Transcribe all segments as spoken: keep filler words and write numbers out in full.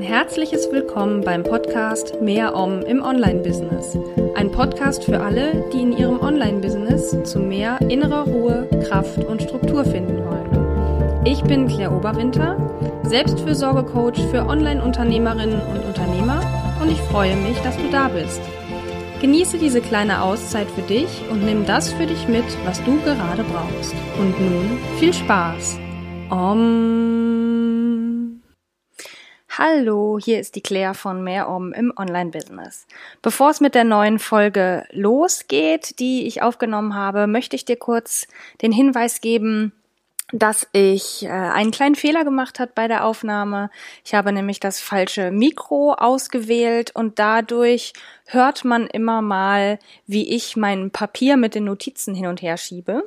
herzliches Willkommen beim Podcast Mehr Om im Online-Business. Ein Podcast für alle, die in ihrem Online-Business zu mehr innerer Ruhe, Kraft und Struktur finden wollen. Ich bin Claire Oberwinter, Selbstfürsorge-Coach für Online-Unternehmerinnen und Unternehmer und ich freue mich, dass du da bist. Genieße diese kleine Auszeit für dich und nimm das für dich mit, was du gerade brauchst. Und nun viel Spaß! Om. Hallo, hier ist die Claire von Mehr Om im Online-Business. Bevor es mit der neuen Folge losgeht, die ich aufgenommen habe, möchte ich dir kurz den Hinweis geben, dass ich äh, einen kleinen Fehler gemacht habe bei der Aufnahme. Ich habe nämlich das falsche Mikro ausgewählt und dadurch hört man immer mal, wie ich mein Papier mit den Notizen hin und her schiebe.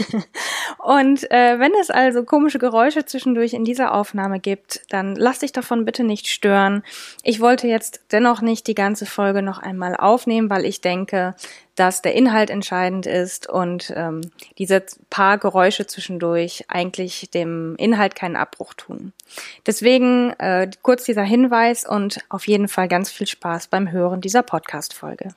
Und äh, wenn es also komische Geräusche zwischendurch in dieser Aufnahme gibt, dann lass dich davon bitte nicht stören. Ich wollte jetzt dennoch nicht die ganze Folge noch einmal aufnehmen, weil ich denke, dass der Inhalt entscheidend ist und ähm, diese paar Geräusche zwischendurch eigentlich dem Inhalt keinen Abbruch tun. Deswegen äh, kurz dieser Hinweis und auf jeden Fall ganz viel Spaß beim Hören dieser Podcast-Folge.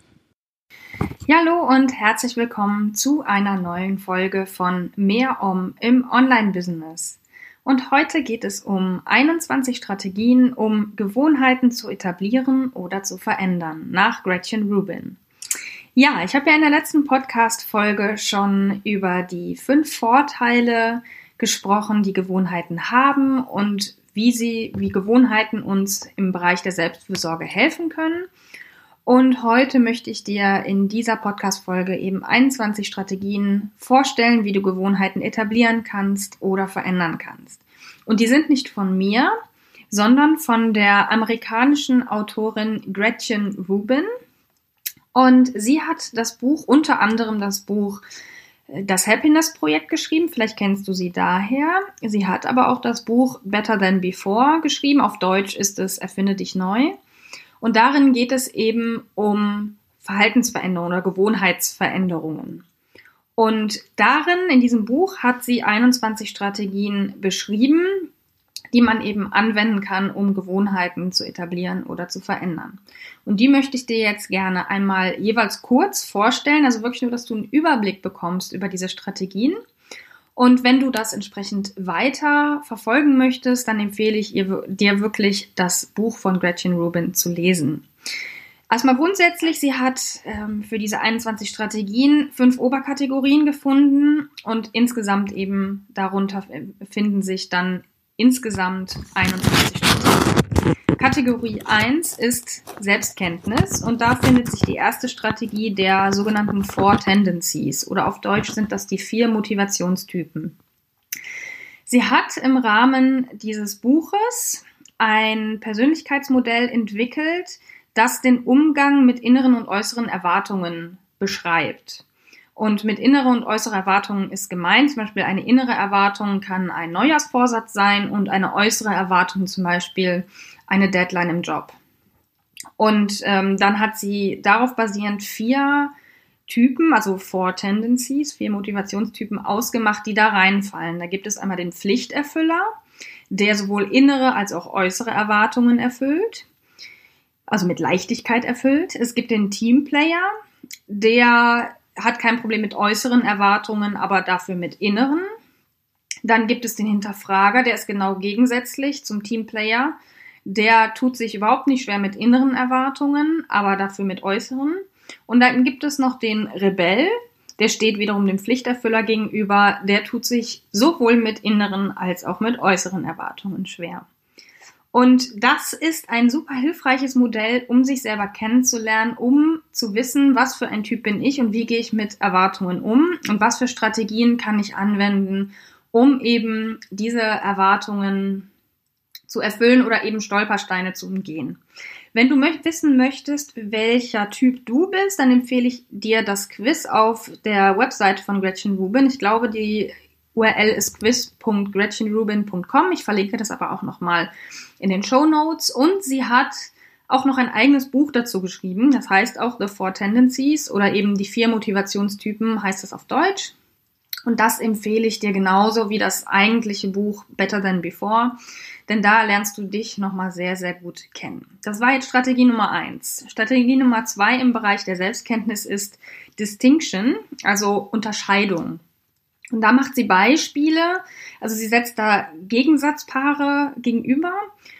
Ja, hallo und herzlich willkommen zu einer neuen Folge von Mehr Om im Online-Business. Und heute geht es um einundzwanzig Strategien, um Gewohnheiten zu etablieren oder zu verändern, nach Gretchen Rubin. Ja, ich habe ja in der letzten Podcast-Folge schon über die fünf Vorteile gesprochen, die Gewohnheiten haben und wie sie, wie Gewohnheiten uns im Bereich der Selbstfürsorge helfen können. Und heute möchte ich dir in dieser Podcast-Folge eben einundzwanzig Strategien vorstellen, wie du Gewohnheiten etablieren kannst oder verändern kannst. Und die sind nicht von mir, sondern von der amerikanischen Autorin Gretchen Rubin. Und sie hat das Buch, unter anderem das Buch Das Happiness-Projekt geschrieben. Vielleicht kennst du sie daher. Sie hat aber auch das Buch Better Than Before geschrieben. Auf Deutsch ist es Erfinde dich neu. Und darin geht es eben um Verhaltensveränderungen oder Gewohnheitsveränderungen. Und darin, in diesem Buch, hat sie einundzwanzig Strategien beschrieben, die man eben anwenden kann, um Gewohnheiten zu etablieren oder zu verändern. Und die möchte ich dir jetzt gerne einmal jeweils kurz vorstellen, also wirklich nur, dass du einen Überblick bekommst über diese Strategien. Und wenn du das entsprechend weiter verfolgen möchtest, dann empfehle ich dir wirklich, das Buch von Gretchen Rubin zu lesen. Erstmal grundsätzlich, sie hat ähm, für diese einundzwanzig Strategien fünf Oberkategorien gefunden und insgesamt eben darunter finden sich dann insgesamt einundzwanzig Strategien. Kategorie eins ist Selbstkenntnis und da findet sich die erste Strategie der sogenannten Four Tendencies oder auf Deutsch sind das die vier Motivationstypen. Sie hat im Rahmen dieses Buches ein Persönlichkeitsmodell entwickelt, das den Umgang mit inneren und äußeren Erwartungen beschreibt. Und mit innere und äußere Erwartungen ist gemeint, zum Beispiel eine innere Erwartung kann ein Neujahrsvorsatz sein und eine äußere Erwartung zum Beispiel eine Deadline im Job. Und ähm, dann hat sie darauf basierend vier Typen, also Four Tendencies, vier Motivationstypen ausgemacht, die da reinfallen. Da gibt es einmal den Pflichterfüller, der sowohl innere als auch äußere Erwartungen erfüllt, also mit Leichtigkeit erfüllt. Es gibt den Teamplayer, der hat kein Problem mit äußeren Erwartungen, aber dafür mit inneren. Dann gibt es den Hinterfrager, der ist genau gegensätzlich zum Teamplayer. Der tut sich überhaupt nicht schwer mit inneren Erwartungen, aber dafür mit äußeren. Und dann gibt es noch den Rebell, der steht wiederum dem Pflichterfüller gegenüber. Der tut sich sowohl mit inneren als auch mit äußeren Erwartungen schwer. Und das ist ein super hilfreiches Modell, um sich selber kennenzulernen, um zu wissen, was für ein Typ bin ich und wie gehe ich mit Erwartungen um und was für Strategien kann ich anwenden, um eben diese Erwartungen zu erfüllen oder eben Stolpersteine zu umgehen. Wenn du möcht- wissen möchtest, welcher Typ du bist, dann empfehle ich dir das Quiz auf der Website von Gretchen Rubin. Ich glaube, die U R L ist quiz punkt gretchen rubin punkt com. Ich verlinke das aber auch nochmal in den Shownotes. Und sie hat auch noch ein eigenes Buch dazu geschrieben. Das heißt auch The Four Tendencies oder eben die vier Motivationstypen heißt das auf Deutsch. Und das empfehle ich dir genauso wie das eigentliche Buch Better Than Before, denn da lernst du dich nochmal sehr, sehr gut kennen. Das war jetzt Strategie Nummer eins. Strategie Nummer zwei im Bereich der Selbstkenntnis ist Distinction, also Unterscheidung. Und da macht sie Beispiele, also sie setzt da Gegensatzpaare gegenüber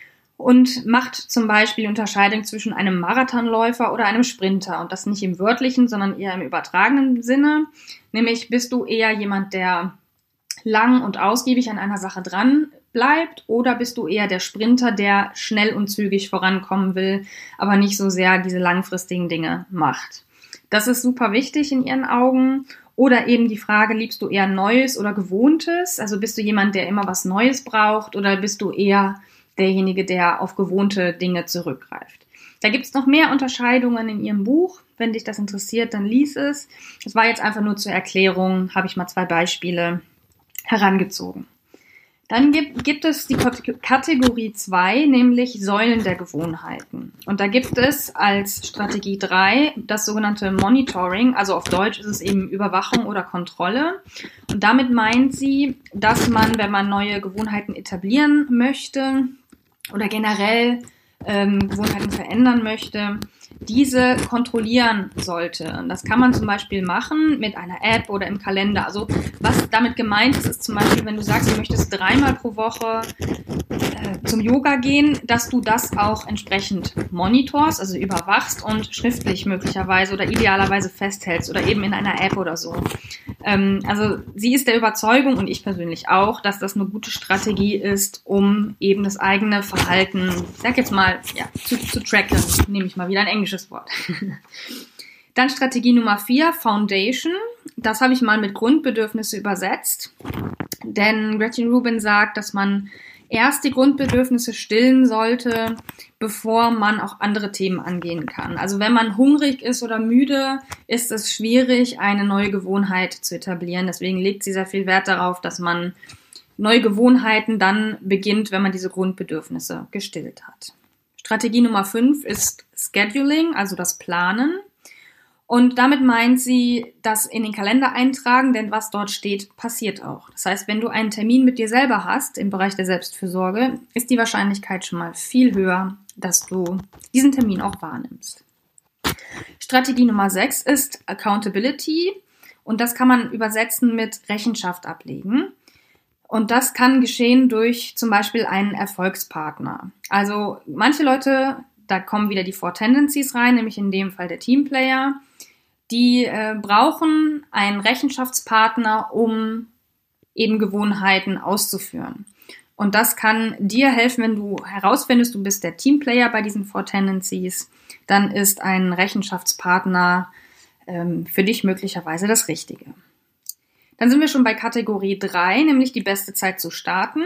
und macht zum Beispiel Unterscheidung zwischen einem Marathonläufer oder einem Sprinter. Und das nicht im wörtlichen, sondern eher im übertragenen Sinne. Nämlich bist du eher jemand, der lang und ausgiebig an einer Sache dran bleibt, oder bist du eher der Sprinter, der schnell und zügig vorankommen will, aber nicht so sehr diese langfristigen Dinge macht. Das ist super wichtig in ihren Augen. Oder eben die Frage, liebst du eher Neues oder Gewohntes? Also bist du jemand, der immer was Neues braucht, oder bist du eher derjenige, der auf gewohnte Dinge zurückgreift? Da gibt es noch mehr Unterscheidungen in ihrem Buch. Wenn dich das interessiert, dann lies es. Das war jetzt einfach nur zur Erklärung, habe ich mal zwei Beispiele herangezogen. Dann gibt, gibt es die Kategorie zwei, nämlich Säulen der Gewohnheiten. Und da gibt es als Strategie drei das sogenannte Monitoring, also auf Deutsch ist es eben Überwachung oder Kontrolle. Und damit meint sie, dass man, wenn man neue Gewohnheiten etablieren möchte oder generell ähm, Gewohnheiten verändern möchte, diese kontrollieren sollte. Und das kann man zum Beispiel machen mit einer App oder im Kalender. Also was damit gemeint ist, ist zum Beispiel, wenn du sagst, du möchtest dreimal pro Woche äh, zum Yoga gehen, dass du das auch entsprechend monitorst, also überwachst und schriftlich möglicherweise oder idealerweise festhältst oder eben in einer App oder so. Ähm, also sie ist der Überzeugung, und ich persönlich auch, dass das eine gute Strategie ist, um eben das eigene Verhalten, ich sag jetzt mal, ja, zu, zu tracken, nehme ich mal wieder ein englisches Wort. Dann Strategie Nummer vier, Foundation. Das habe ich mal mit Grundbedürfnisse übersetzt. Denn Gretchen Rubin sagt, dass man erst die Grundbedürfnisse stillen sollte, bevor man auch andere Themen angehen kann. Also wenn man hungrig ist oder müde, ist es schwierig, eine neue Gewohnheit zu etablieren. Deswegen legt sie sehr viel Wert darauf, dass man neue Gewohnheiten dann beginnt, wenn man diese Grundbedürfnisse gestillt hat. Strategie Nummer fünf ist Scheduling, also das Planen. Und damit meint sie, das in den Kalender eintragen, denn was dort steht, passiert auch. Das heißt, wenn du einen Termin mit dir selber hast im Bereich der Selbstfürsorge, ist die Wahrscheinlichkeit schon mal viel höher, dass du diesen Termin auch wahrnimmst. Strategie Nummer sechs ist Accountability, und das kann man übersetzen mit Rechenschaft ablegen. Und das kann geschehen durch zum Beispiel einen Erfolgspartner. Also manche Leute, da kommen wieder die Four Tendencies rein, nämlich in dem Fall der Teamplayer, die äh, brauchen einen Rechenschaftspartner, um eben Gewohnheiten auszuführen. Und das kann dir helfen, wenn du herausfindest, du bist der Teamplayer bei diesen Four Tendencies, dann ist ein Rechenschaftspartner ähm, für dich möglicherweise das Richtige. Dann sind wir schon bei Kategorie drei, nämlich die beste Zeit zu starten.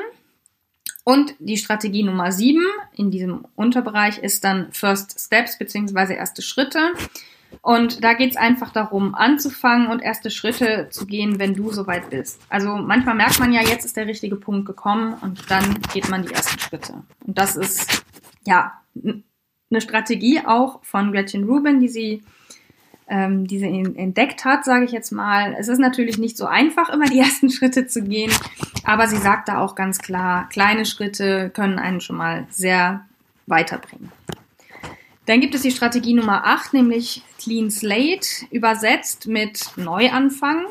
Und die Strategie Nummer sieben in diesem Unterbereich ist dann First Steps bzw. erste Schritte. Und da geht es einfach darum, anzufangen und erste Schritte zu gehen, wenn du soweit bist. Also manchmal merkt man ja, jetzt ist der richtige Punkt gekommen, und dann geht man die ersten Schritte. Und das ist ja eine Strategie auch von Gretchen Rubin, die sie ähm, die sie entdeckt hat, sage ich jetzt mal. Es ist natürlich nicht so einfach, immer die ersten Schritte zu gehen, aber sie sagt da auch ganz klar, kleine Schritte können einen schon mal sehr weiterbringen. Dann gibt es die Strategie Nummer acht, nämlich Clean Slate, übersetzt mit Neuanfang.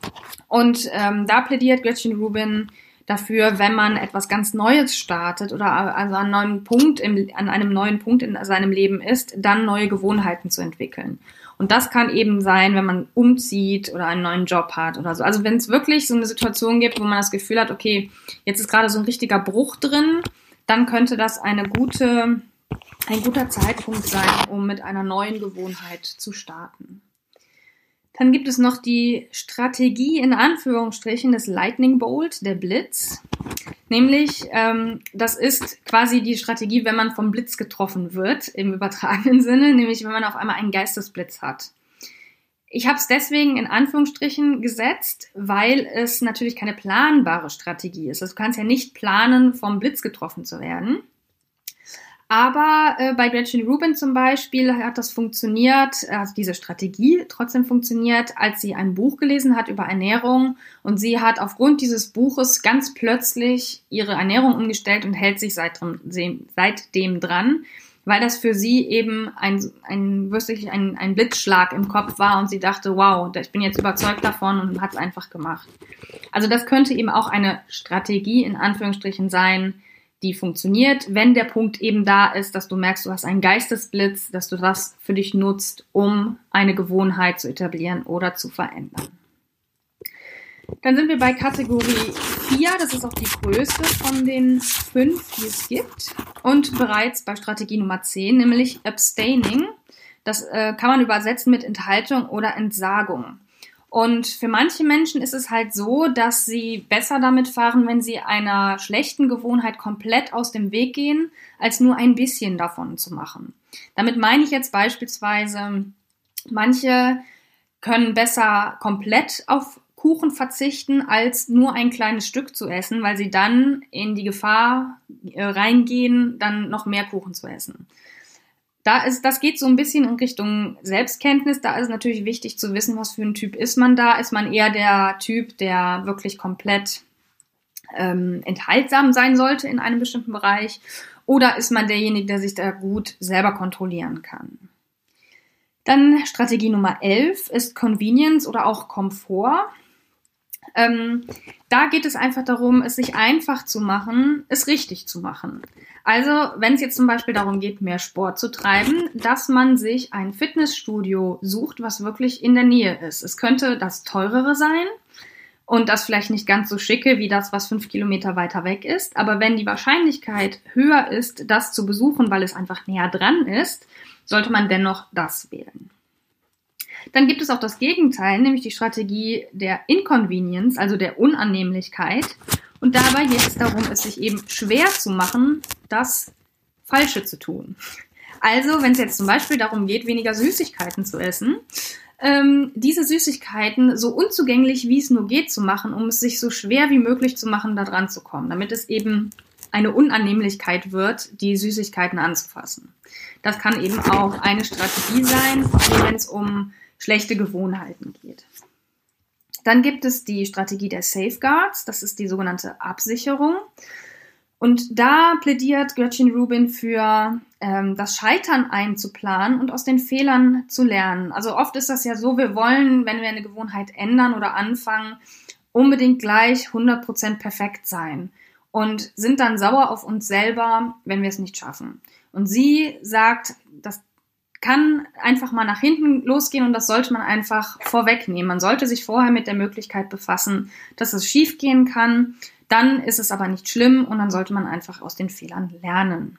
Und ähm, da plädiert Gretchen Rubin dafür, wenn man etwas ganz Neues startet oder also an, einem neuen Punkt im, an einem neuen Punkt in seinem Leben ist, dann neue Gewohnheiten zu entwickeln. Und das kann eben sein, wenn man umzieht oder einen neuen Job hat oder so. Also wenn es wirklich so eine Situation gibt, wo man das Gefühl hat, okay, jetzt ist gerade so ein richtiger Bruch drin, dann könnte das eine gute, ein guter Zeitpunkt sein, um mit einer neuen Gewohnheit zu starten. Dann gibt es noch die Strategie in Anführungsstrichen des Lightning Bolt, der Blitz. Nämlich, ähm, das ist quasi die Strategie, wenn man vom Blitz getroffen wird, im übertragenen Sinne, nämlich wenn man auf einmal einen Geistesblitz hat. Ich habe es deswegen in Anführungsstrichen gesetzt, weil es natürlich keine planbare Strategie ist. Also du kannst ja nicht planen, vom Blitz getroffen zu werden. Aber äh, bei Gretchen Rubin zum Beispiel hat das funktioniert, also diese Strategie trotzdem funktioniert, als sie ein Buch gelesen hat über Ernährung und sie hat aufgrund dieses Buches ganz plötzlich ihre Ernährung umgestellt und hält sich seitdem, seitdem dran, weil das für sie eben ein, ein wirklich ein, ein Blitzschlag im Kopf war und sie dachte, wow, ich bin jetzt überzeugt davon und hat es einfach gemacht. Also das könnte eben auch eine Strategie in Anführungsstrichen sein, die funktioniert, wenn der Punkt eben da ist, dass du merkst, du hast einen Geistesblitz, dass du das für dich nutzt, um eine Gewohnheit zu etablieren oder zu verändern. Dann sind wir bei Kategorie vier, das ist auch die größte von den fünf, die es gibt. Und bereits bei Strategie Nummer zehn, nämlich Abstaining. Das äh, kann man übersetzen mit Enthaltung oder Entsagung. Und für manche Menschen ist es halt so, dass sie besser damit fahren, wenn sie einer schlechten Gewohnheit komplett aus dem Weg gehen, als nur ein bisschen davon zu machen. Damit meine ich jetzt beispielsweise, manche können besser komplett auf Kuchen verzichten, als nur ein kleines Stück zu essen, weil sie dann in die Gefahr äh, reingehen, dann noch mehr Kuchen zu essen. Da ist, das geht so ein bisschen in Richtung Selbstkenntnis. Da ist natürlich wichtig zu wissen, was für ein Typ ist man da. Ist man eher der Typ, der wirklich komplett ähm, enthaltsam sein sollte in einem bestimmten Bereich? Oder ist man derjenige, der sich da gut selber kontrollieren kann? Dann Strategie Nummer elf ist Convenience oder auch Komfort. Ähm, da geht es einfach darum, es sich einfach zu machen, es richtig zu machen. Also, wenn es jetzt zum Beispiel darum geht, mehr Sport zu treiben, dass man sich ein Fitnessstudio sucht, was wirklich in der Nähe ist. Es könnte das teurere sein und das vielleicht nicht ganz so schicke wie das, was fünf Kilometer weiter weg ist. Aber wenn die Wahrscheinlichkeit höher ist, das zu besuchen, weil es einfach näher dran ist, sollte man dennoch das wählen. Dann gibt es auch das Gegenteil, nämlich die Strategie der Inconvenience, also der Unannehmlichkeit. Und dabei geht es darum, es sich eben schwer zu machen, das Falsche zu tun. Also, wenn es jetzt zum Beispiel darum geht, weniger Süßigkeiten zu essen, ähm, diese Süßigkeiten so unzugänglich wie es nur geht zu machen, um es sich so schwer wie möglich zu machen, da dran zu kommen, damit es eben eine Unannehmlichkeit wird, die Süßigkeiten anzufassen. Das kann eben auch eine Strategie sein, wenn es um schlechte Gewohnheiten geht. Dann gibt es die Strategie der Safeguards, das ist die sogenannte Absicherung. Und da plädiert Gretchen Rubin für ähm, das Scheitern einzuplanen und aus den Fehlern zu lernen. Also oft ist das ja so, wir wollen, wenn wir eine Gewohnheit ändern oder anfangen, unbedingt gleich hundert Prozent perfekt sein und sind dann sauer auf uns selber, wenn wir es nicht schaffen. Und sie sagt, das kann einfach mal nach hinten losgehen und das sollte man einfach vorwegnehmen. Man sollte sich vorher mit der Möglichkeit befassen, dass es schief gehen kann. Dann ist es aber nicht schlimm und dann sollte man einfach aus den Fehlern lernen.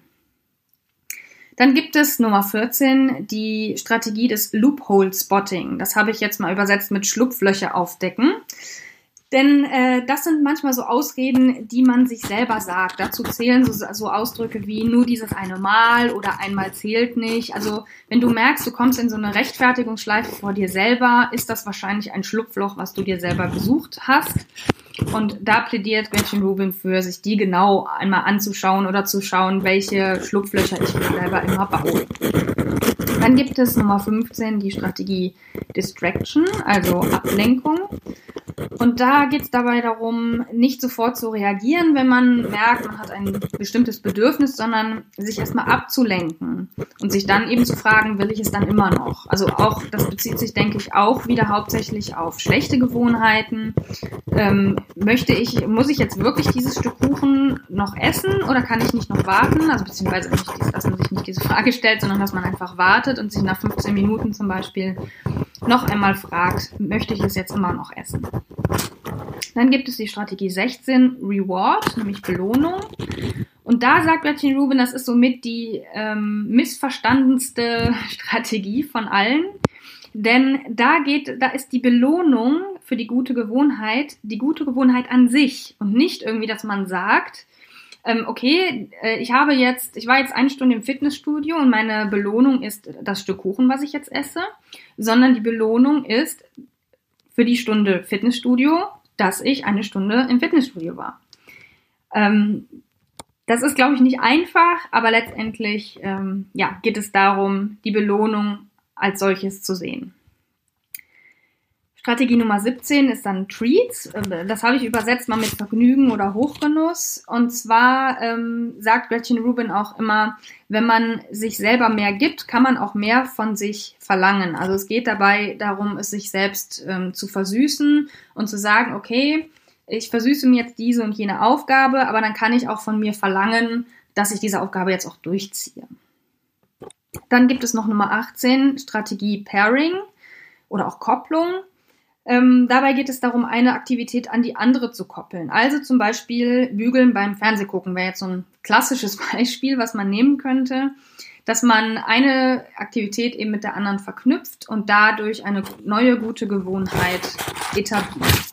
Dann gibt es Nummer vierzehn, die Strategie des Loophole Spotting. Das habe ich jetzt mal übersetzt mit Schlupflöcher aufdecken. Denn äh, das sind manchmal so Ausreden, die man sich selber sagt. Dazu zählen so, so Ausdrücke wie nur dieses eine Mal oder einmal zählt nicht. Also wenn du merkst, du kommst in so eine Rechtfertigungsschleife vor dir selber, ist das wahrscheinlich ein Schlupfloch, was du dir selber gesucht hast. Und da plädiert Gretchen Rubin für, sich die genau einmal anzuschauen oder zu schauen, welche Schlupflöcher ich mir selber immer baue. Dann gibt es Nummer fünfzehn, die Strategie Distraction, also Ablenkung. Und da geht es dabei darum, nicht sofort zu reagieren, wenn man merkt, man hat ein bestimmtes Bedürfnis, sondern sich erstmal abzulenken und sich dann eben zu fragen, will ich es dann immer noch? Also auch, das bezieht sich, denke ich, auch wieder hauptsächlich auf schlechte Gewohnheiten. Ähm, möchte ich, muss ich jetzt wirklich dieses Stück Kuchen noch essen oder kann ich nicht noch warten? Also beziehungsweise nicht, dass man sich nicht diese Frage stellt, sondern dass man einfach wartet und sich nach fünfzehn Minuten zum Beispiel noch einmal fragt, möchte ich es jetzt immer noch essen? Dann gibt es die Strategie sechzehn, Reward, nämlich Belohnung. Und da sagt Gretchen Rubin, das ist somit die ähm, missverstandenste Strategie von allen. Denn da geht, da ist die Belohnung für die gute Gewohnheit, die gute Gewohnheit an sich und nicht irgendwie, dass man sagt, ähm, okay, äh, ich habe jetzt, ich war jetzt eine Stunde im Fitnessstudio und meine Belohnung ist das Stück Kuchen, was ich jetzt esse, sondern die Belohnung ist für die Stunde Fitnessstudio, dass ich eine Stunde im Fitnessstudio war. Ähm, Das ist, glaube ich, nicht einfach, aber letztendlich ähm, ja, geht es darum, die Belohnung als solches zu sehen. Strategie Nummer siebzehn ist dann Treats. Das habe ich übersetzt mal mit Vergnügen oder Hochgenuss. Und zwar ähm, sagt Gretchen Rubin auch immer, wenn man sich selber mehr gibt, kann man auch mehr von sich verlangen. Also es geht dabei darum, es sich selbst ähm, zu versüßen und zu sagen, okay, ich versüße mir jetzt diese und jene Aufgabe, aber dann kann ich auch von mir verlangen, dass ich diese Aufgabe jetzt auch durchziehe. Dann gibt es noch Nummer achtzehn, Strategie Pairing oder auch Kopplung. Ähm, dabei geht es darum, eine Aktivität an die andere zu koppeln. Also zum Beispiel Bügeln beim Fernsehgucken wäre jetzt so ein klassisches Beispiel, was man nehmen könnte, dass man eine Aktivität eben mit der anderen verknüpft und dadurch eine neue gute Gewohnheit etabliert.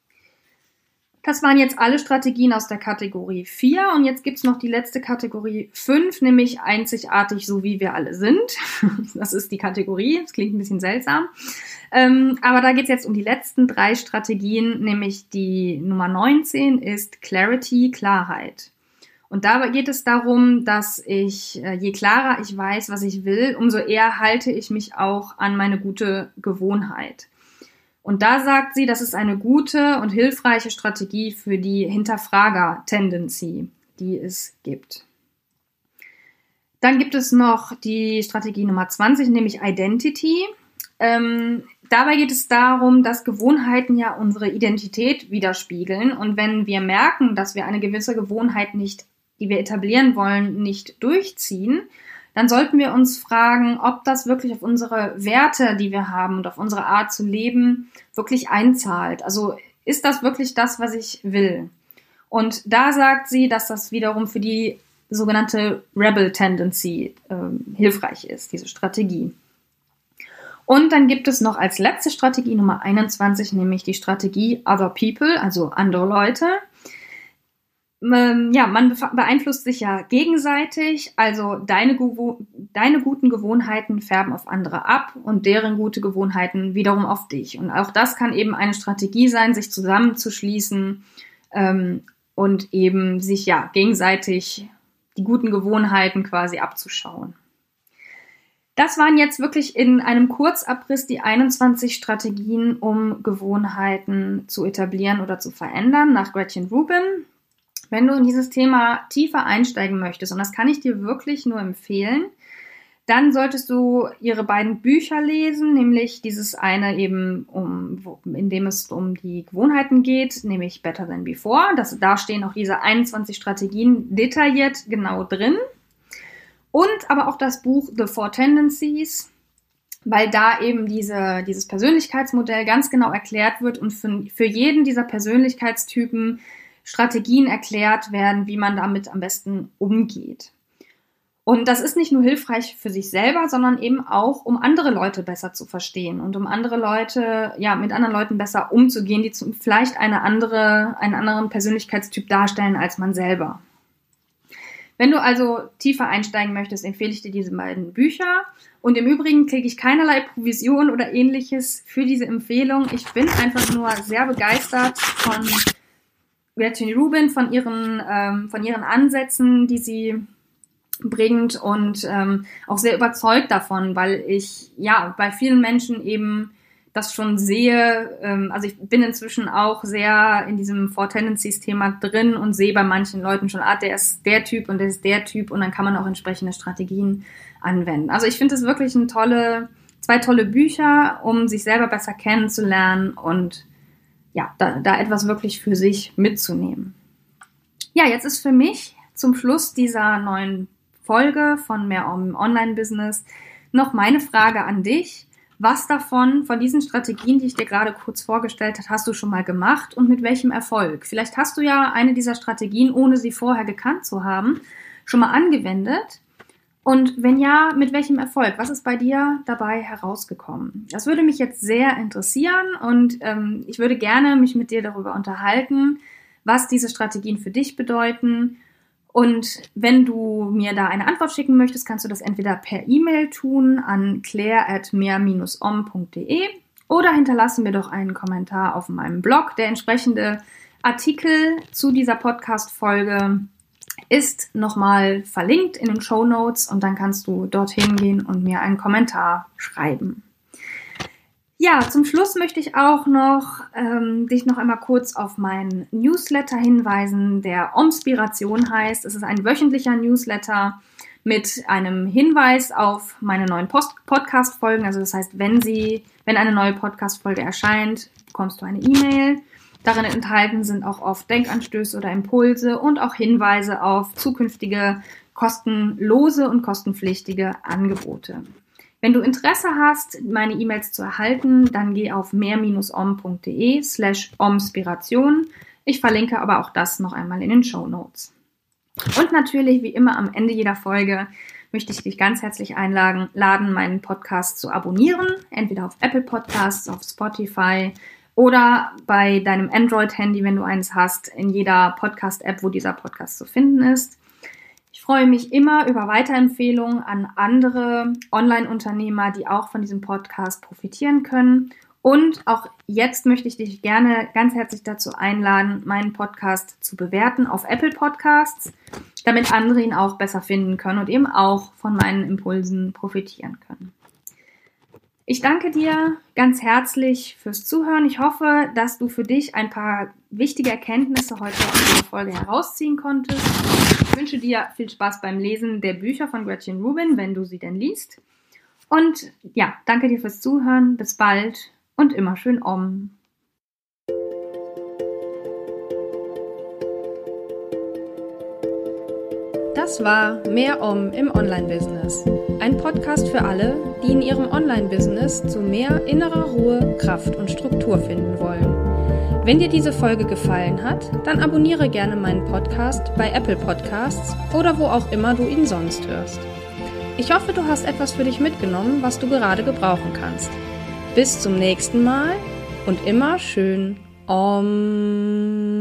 Das waren jetzt alle Strategien aus der Kategorie vier und jetzt gibt es noch die letzte Kategorie fünf, nämlich einzigartig, so wie wir alle sind. Das ist die Kategorie, das klingt ein bisschen seltsam. Ähm, aber da geht es jetzt um die letzten drei Strategien, nämlich die Nummer neunzehn ist Clarity, Klarheit. Und dabei geht es darum, dass ich, je klarer ich weiß, was ich will, umso eher halte ich mich auch an meine gute Gewohnheit. Und da sagt sie, das ist eine gute und hilfreiche Strategie für die Hinterfrager-Tendency, die es gibt. Dann gibt es noch die Strategie Nummer zwanzig, nämlich Identity. Ähm, dabei geht es darum, dass Gewohnheiten ja unsere Identität widerspiegeln. Und wenn wir merken, dass wir eine gewisse Gewohnheit nicht, die wir etablieren wollen, nicht durchziehen, dann sollten wir uns fragen, ob das wirklich auf unsere Werte, die wir haben und auf unsere Art zu leben, wirklich einzahlt. Also ist das wirklich das, was ich will? Und da sagt sie, dass das wiederum für die sogenannte Rebel Tendency äh, hilfreich ist, diese Strategie. Und dann gibt es noch als letzte Strategie Nummer einundzwanzig, nämlich die Strategie Other People, also andere Leute. Ähm, ja, man beeinflusst sich ja gegenseitig, also deine, Gewo- deine guten Gewohnheiten färben auf andere ab und deren gute Gewohnheiten wiederum auf dich. Und auch das kann eben eine Strategie sein, sich zusammenzuschließen ähm, und eben sich ja gegenseitig die guten Gewohnheiten quasi abzuschauen. Das waren jetzt wirklich in einem Kurzabriss die einundzwanzig Strategien, um Gewohnheiten zu etablieren oder zu verändern, nach Gretchen Rubin. Wenn du in dieses Thema tiefer einsteigen möchtest, und das kann ich dir wirklich nur empfehlen, dann solltest du ihre beiden Bücher lesen, nämlich dieses eine eben, um, in dem es um die Gewohnheiten geht, nämlich Better Than Before. Das, da stehen auch diese einundzwanzig Strategien detailliert genau drin. Und aber auch das Buch The Four Tendencies, weil da eben diese, dieses Persönlichkeitsmodell ganz genau erklärt wird und für, für jeden dieser Persönlichkeitstypen Strategien erklärt werden, wie man damit am besten umgeht. Und das ist nicht nur hilfreich für sich selber, sondern eben auch, um andere Leute besser zu verstehen und um andere Leute, ja, mit anderen Leuten besser umzugehen, die zum, vielleicht eine andere, einen anderen Persönlichkeitstyp darstellen als man selber. Wenn du also tiefer einsteigen möchtest, empfehle ich dir diese beiden Bücher. Und im Übrigen kriege ich keinerlei Provision oder ähnliches für diese Empfehlung. Ich bin einfach nur sehr begeistert von Gretchen Rubin, von ihren, ähm, von ihren Ansätzen, die sie bringt und ähm, auch sehr überzeugt davon, weil ich ja bei vielen Menschen eben das schon sehe. Ähm, also ich bin inzwischen auch sehr in diesem Four Tendencies Thema drin und sehe bei manchen Leuten schon, ah, der ist der Typ und der ist der Typ und dann kann man auch entsprechende Strategien anwenden. Also ich finde es wirklich ein tolle, zwei tolle Bücher, um sich selber besser kennenzulernen und ja, da, da etwas wirklich für sich mitzunehmen. Ja, jetzt ist für mich zum Schluss dieser neuen Folge von Mehr um Online-Business noch meine Frage an dich. Was davon, von diesen Strategien, die ich dir gerade kurz vorgestellt habe, hast du schon mal gemacht und mit welchem Erfolg? Vielleicht hast du ja eine dieser Strategien, ohne sie vorher gekannt zu haben, schon mal angewendet. Und wenn ja, mit welchem Erfolg? Was ist bei dir dabei herausgekommen? Das würde mich jetzt sehr interessieren und ähm, ich würde gerne mich mit dir darüber unterhalten, was diese Strategien für dich bedeuten. Und wenn du mir da eine Antwort schicken möchtest, kannst du das entweder per E-Mail tun an claire at mehr Bindestrich om punkt de oder hinterlassen mir doch einen Kommentar auf meinem Blog. Der entsprechende Artikel zu dieser Podcast-Folge, ist nochmal verlinkt in den Shownotes und dann kannst du dorthin gehen und mir einen Kommentar schreiben. Ja, zum Schluss möchte ich auch noch ähm, dich noch einmal kurz auf meinen Newsletter hinweisen, der Omspiration heißt. Es ist ein wöchentlicher Newsletter mit einem Hinweis auf meine neuen Post- Podcast-Folgen. Also das heißt, wenn sie, wenn eine neue Podcast-Folge erscheint, bekommst du eine E-Mail. Darin enthalten sind auch oft Denkanstöße oder Impulse und auch Hinweise auf zukünftige kostenlose und kostenpflichtige Angebote. Wenn du Interesse hast, meine E-Mails zu erhalten, dann geh auf mehr-om.de slash omspiration. Ich verlinke aber auch das noch einmal in den Shownotes. Und natürlich, wie immer am Ende jeder Folge, möchte ich dich ganz herzlich einladen, laden, meinen Podcast zu abonnieren, entweder auf Apple Podcasts, auf Spotify oder bei deinem Android-Handy, wenn du eines hast, in jeder Podcast-App, wo dieser Podcast zu finden ist. Ich freue mich immer über Weiterempfehlungen an andere Online-Unternehmer, die auch von diesem Podcast profitieren können. Und auch jetzt möchte ich dich gerne ganz herzlich dazu einladen, meinen Podcast zu bewerten auf Apple Podcasts, damit andere ihn auch besser finden können und eben auch von meinen Impulsen profitieren können. Ich danke dir ganz herzlich fürs Zuhören. Ich hoffe, dass du für dich ein paar wichtige Erkenntnisse heute aus dieser Folge herausziehen konntest. Ich wünsche dir viel Spaß beim Lesen der Bücher von Gretchen Rubin, wenn du sie denn liest. Und ja, danke dir fürs Zuhören. Bis bald und immer schön Om. Das war Mehr Om im Online-Business. Ein Podcast für alle, die in ihrem Online-Business zu mehr innerer Ruhe, Kraft und Struktur finden wollen. Wenn dir diese Folge gefallen hat, dann abonniere gerne meinen Podcast bei Apple Podcasts oder wo auch immer du ihn sonst hörst. Ich hoffe, du hast etwas für dich mitgenommen, was du gerade gebrauchen kannst. Bis zum nächsten Mal und immer schön Om.